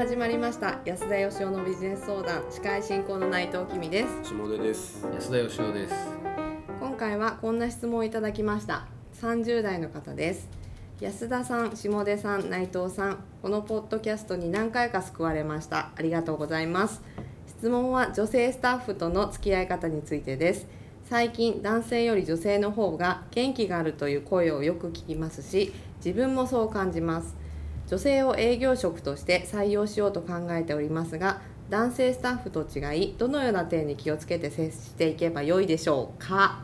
始まりました安田義雄のビジネス相談、司会進行の内藤きみです。 下出です。 安田義雄です。 今回はこんな質問をいただきました。30代の方です。安田さん、下出さん、内藤さん、このポッドキャストに何回か救われました。ありがとうございます。質問は女性スタッフとの付き合い方についてです。最近男性より女性の方が元気があるという声をよく聞きますし、自分もそう感じます。女性を営業職として採用しようと考えておりますが、男性スタッフと違いどのような点に気をつけて接していけばよいでしょうか。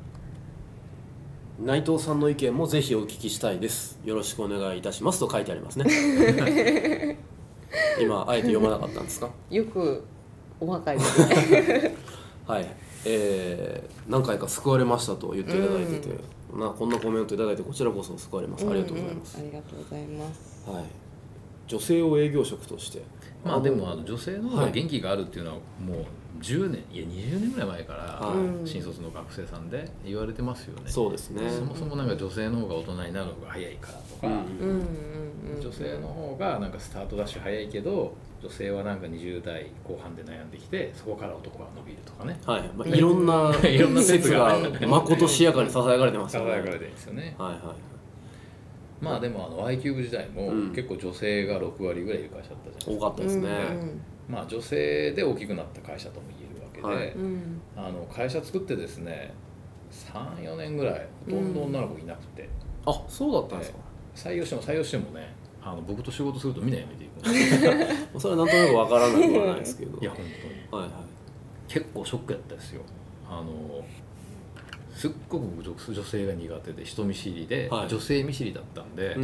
内藤さんの意見もぜひお聞きしたいです。よろしくお願いいたしますと書いてありますね。今あえて読まなかったんですか？ よくお若いですね。 はい、何回か救われましたと言っていただいてて、こんなコメントいただいてこちらこそ救われます。ありがとうございます。 ありがとうございます。 はい、女性を営業職として、 でも女性の方が元気があるっていうのはもう10年いや20年ぐらい前から新卒の学生さんで言われてますよね。 そうですね。 そもそもなんか女性の方が大人になるのが早いからとか、女性の方がなんかスタートダッシュ早いけど女性はなんか20代後半で悩んできてそこから男は伸びるとかね。 はい、いろんな説がまことしやかにささやかれてますよね。 ささやかれてるんですよね。 はいはい。 でもY キューブ時代も結構女性が6割ぐらいいる会社だったじゃないですか。 多かったですね。 女性で大きくなった会社とも言えるわけで、会社作ってですね 3,4 年ぐらいほとんど女の子いなくて、 あ、そうだったんですか。 採用してもね僕と仕事するとみんな辞めていくんですそれはなんとなくわからなくはないですけど。 いや本当に、結構ショックやったですよ。すっごく女性が苦手で人見知りで、女性見知りだったんで、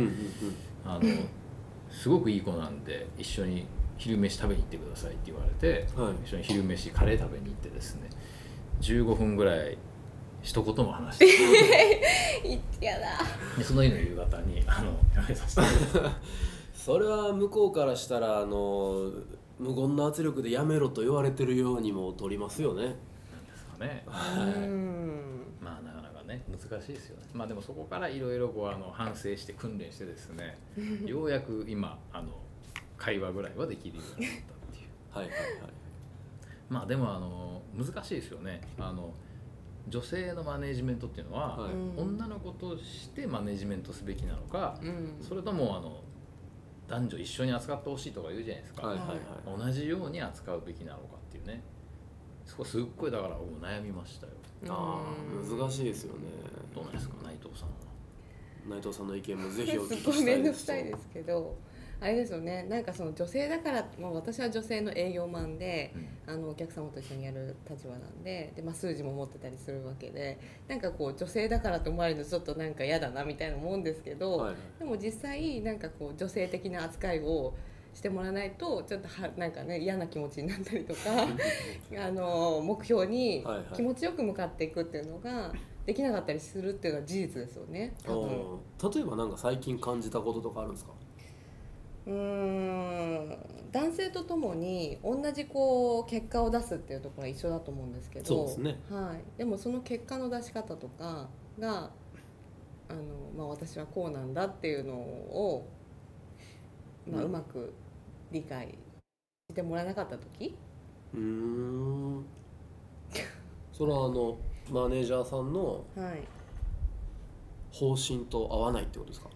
すごくいい子なんで一緒に昼飯食べに行ってくださいって言われて、一緒に昼飯カレー食べに行ってですね15分ぐらい一言も話してやだ。 でその日の夕方にやめさせてそれは向こうからしたら無言の圧力でやめろと言われてるようにも取りますよね。 なんですかね。なかなかね難しいですよね。でもそこからいろいろ反省して訓練してですねようやく今会話ぐらいはできるようになったっていうでも難しいですよね。女性のマネジメントっていうのは、女の子としてマネジメントすべきなのか、それとも男女一緒に扱ってほしいとか言うじゃないですか、同じように扱うべきなのかっていうね。そこすっごいだから悩みましたよ。 難しいですよね。 どうなんですか内藤さんは。 内藤さんの意見もぜひお聞きしたいです。 すごい面倒くさいですけど、あれですよね。なんかその女性だから、私は女性の営業マンで、お客様と一緒にやる立場なんで、数字も持ってたりするわけで、なんか女性だからと思われるのちょっとなんか嫌だなみたいなもんですけど、でも実際なんか女性的な扱いをしてもらわないとちょっとなんかね嫌な気持ちになったりとか目標に気持ちよく向かっていくっていうのができなかったりするっていうのは事実ですよね。 例えばなんか最近感じたこととかあるんですか？ 男性とともに同じ結果を出すっていうところは一緒だと思うんですけど、 そうですね。 でもその結果の出し方とかが私はこうなんだっていうのを、うまく理解してもらえなかった時、 それはマネージャーさんの方針と合わないってことですか？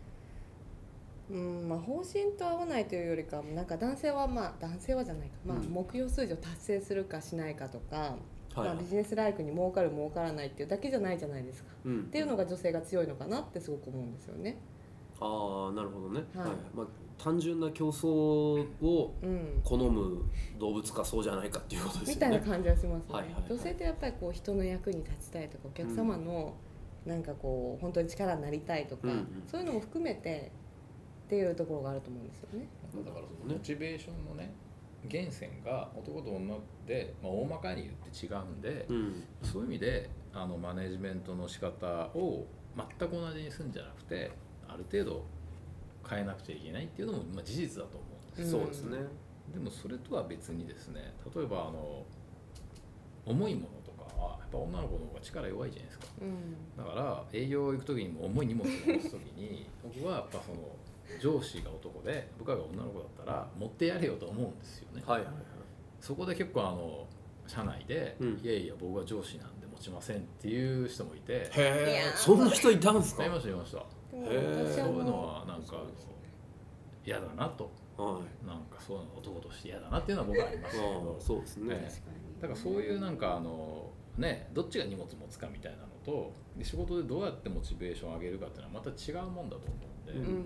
方針と合わないというよりか、なんか男性はじゃないか、目標数字を達成するかしないかとか、ビジネスライクに儲かる儲からないっていうだけじゃないじゃないですか、っていうのが女性が強いのかなってすごく思うんですよね。 なるほどね。単純な競争を好む動物かそうじゃないかっていうことですよね。 みたいな感じはしますね。女性ってやっぱり人の役に立ちたいとか、お客様のなんか本当に力になりたいとか、そういうのも含めてっていうところがあると思うんですよね。 だからそのモチベーションのね源泉が男と女で、大まかに言って違うんで、そういう意味でマネジメントの仕方を全く同じにするんじゃなくて、ある程度変えなくちゃいけないっていうのも事実だと思うんです。 そうですね。 でもそれとは別にですね、例えば重いものとかはやっぱ女の子の方が力弱いじゃないですか、だから営業行く時にも重い荷物を持つ時に僕はやっぱ上司が男で部下が女の子だったら持ってやれよと思うんですよね。 はいはいはい。 そこで結構社内で、いやいや僕は上司なんで持ちませんっていう人もいて、 へえ、そんな人いたんですか？ いましたいました。そういうのはなんか嫌だなと、なんかそういうの男として嫌だなっていうのは僕はありますけど、 そうですね。 だからそういうなんかね、どっちが荷物持つかみたいなのとで仕事でどうやってモチベーションを上げるかっていうのはまた違うもんだと思うんで、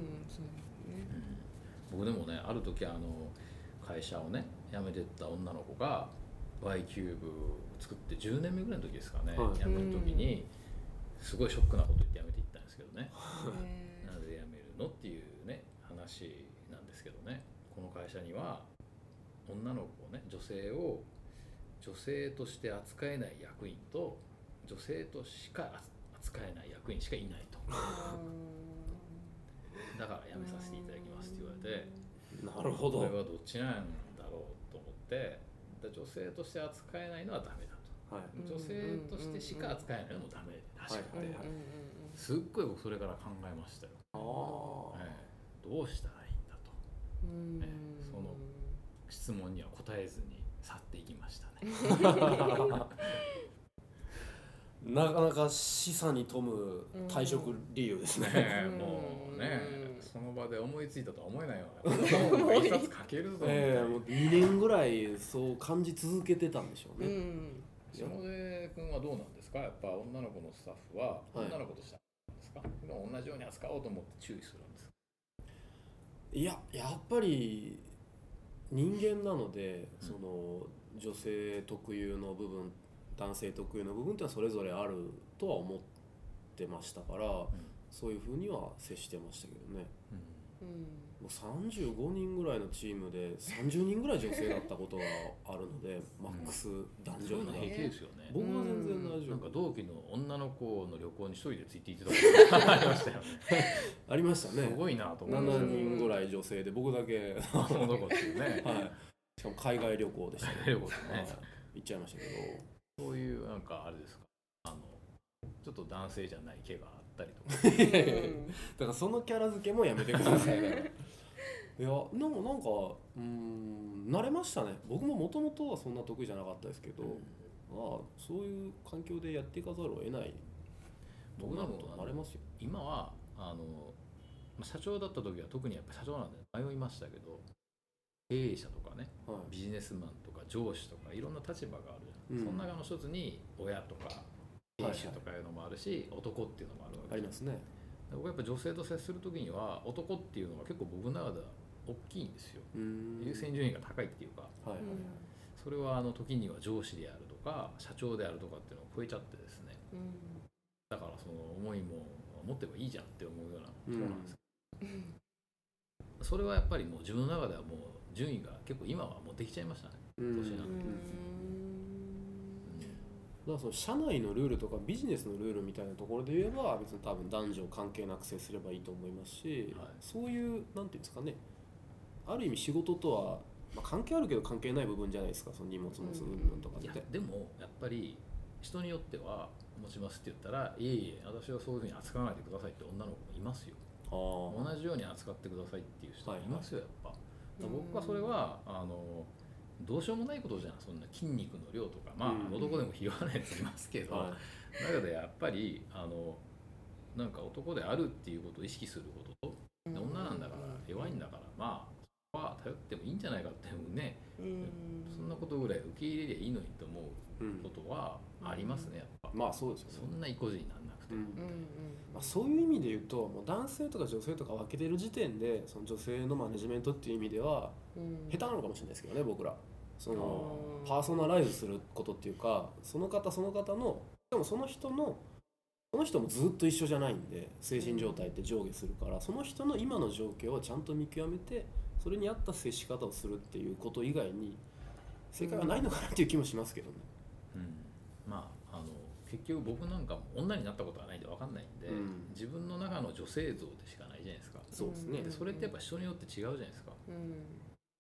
僕でもねある時会社をね辞めてった女の子が Y キューブ作って10年目ぐらいの時ですかね、辞める時にすごいショックなこと言って辞めていったんですけどねなぜ辞めるのっていうね話なんですけどね、この会社には女の子をね女性として扱えない役員と女性としか扱えない役員しかいないとだから辞めさせていただきますって言われて、 なるほど、 これはどっちなんだろうと思って、女性として扱えないのはダメだと、女性としてしか扱えないのもダメらしくて、すっごい僕それから考えましたよ。どうしたらいいんだと、その質問には答えずに去っていきましたねなかなか示唆に富む退職理由ですね。 もうね、その場で思いついたとは思えないような一冊書けるぞみたいな、 もう2年ぐらいそう感じ続けてたんでしょうね。 下出君はどうなんですか？やっぱ女の子のスタッフは女の子としてなんですか？同じように扱おうと思って注意するんですか？ いや、やっぱり人間なので、その女性特有の部分、男性特有の部分ってのはそれぞれあるとは思ってましたから、そういうふうには接してましたけどね。もう35人ぐらいのチームで30人ぐらい女性だったことがあるので、マックス男女が平気ですよね。 僕は全然大丈夫。 なんか同期の女の子の旅行に一人でついていってたことがありましたよねありましたね。 すごいなと思って、 7人ぐらい女性で僕だけ男っていうね、 しかも海外旅行でしたね。 旅行でね、 行っちゃいましたけど、 そういうなんかあれですか、ちょっと男性じゃない毛があったりとかだからそのキャラ付けもやめてくださいねいや、でもなんか慣れましたね。僕ももともとはそんな得意じゃなかったですけど、そういう環境でやっていかざるを得ない。 僕なんか慣れますよ。 今は社長だった時は特にやっぱ社長なんで迷いましたけど、経営者とかね、ビジネスマンとか上司とかいろんな立場があるじゃん、その中の一つに親とか兵士とかいうのもあるし、男っていうのもあるわけありますね。 僕はやっぱ女性と接する時には男っていうのが結構僕の中では大きいんですよ。優先順位が高いっていうか、それは時には上司であるとか社長であるとかっていうのを超えちゃってですね、だからその思いも持ってもいいじゃんって思うようなそうなんですけど、それはやっぱりもう自分の中ではもう順位が結構今はもうできちゃいましたね、年なんで。 だからその社内のルールとかビジネスのルールみたいなところで言えば別に多分男女関係なく接すればいいと思いますし、そういうなんていうんですかね、ある意味仕事とは、関係あるけど関係ない部分じゃないですか、その荷物持つ部分とかって。 いやでもやっぱり人によっては持ちますって言ったら、いえいえ私はそういうふうに扱わないでくださいって女の子もいますよ。同じように扱ってくださいっていう人もいますよ、やっぱ。僕はそれはどうしようもないことじゃん、そんな筋肉の量とか、男でもひ弱なやついますけど、だけどやっぱりなんか男であるっていうことを意識することと、女なんだから弱いんだからそこは頼ってもいいんじゃないかっていうね、そんなことぐらい受け入れりゃいいのにと思うことはありますね、やっぱ。 そうですよね。 そんな意固地にならなくて、 そういう意味で言うと、もう男性とか女性とか分けてる時点でその女性のマネジメントっていう意味では下手なのかもしれないですけどね、僕ら。そのパーソナライズすることっていうか、その方のでもその人もずっと一緒じゃないんで、精神状態って上下するから、その人の今の状況をちゃんと見極めてそれに合った接し方をするっていうこと以外に正解はないのかなっていう気もしますけどね。 結局僕なんかも女になったことはないんで分かんないんで、自分の中の女性像でしかないじゃないですか。 そうですね。 それってやっぱ人によって違うじゃないですか。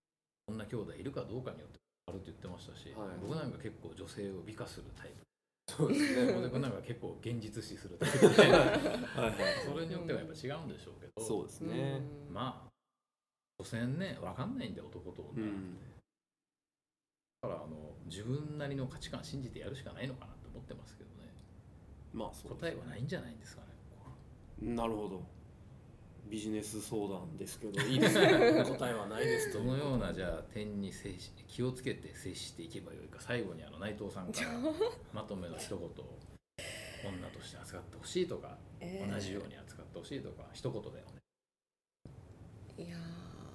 女兄弟いるかどうかによってあるって言ってましたし、僕なんか結構女性を美化するタイプ。 そうですね。 小手君なんか結構現実視するタイプでそれによってはやっぱ違うんでしょうけど、 そうですね。 まあ所詮ね分かんないんで男と女、だから自分なりの価値観信じてやるしかないのかなと思ってますけどね。 まあそうですね。 答えはないんじゃないんですかね。 なるほど。ビジネス相談ですけどいいですね。答えはないですと。 どのようなじゃあ点に気をつけて接していけばよいか、最後に内藤さんからまとめの一言を女として扱ってほしいとか、同じように扱ってほしいとか一言だよね。 いや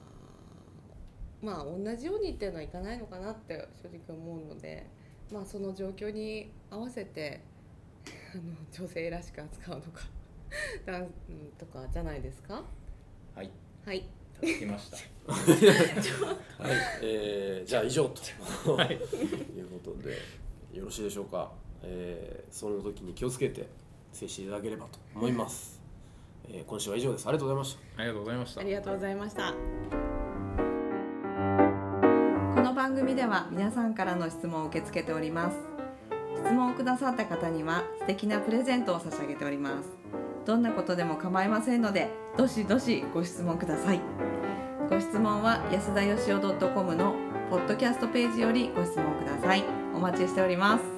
まあ同じようにっていうのはいかないのかなって正直思うので、まあその状況に合わせて女性らしく扱うのかとかじゃないですか。 はいはいいただきましたはい、じゃあ以上ということでよろしいでしょうか。その時に気をつけて接していただければと思います。今週は以上です。ありがとうございました。 ありがとうございました。 ありがとうございました。この番組では皆さんからの質問を受け付けております。質問をくださった方には素敵なプレゼントを差し上げております。どんなことでも構いませんので、どしどしご質問ください。ご質問は安田よしお .com のポッドキャストページよりご質問ください。お待ちしております。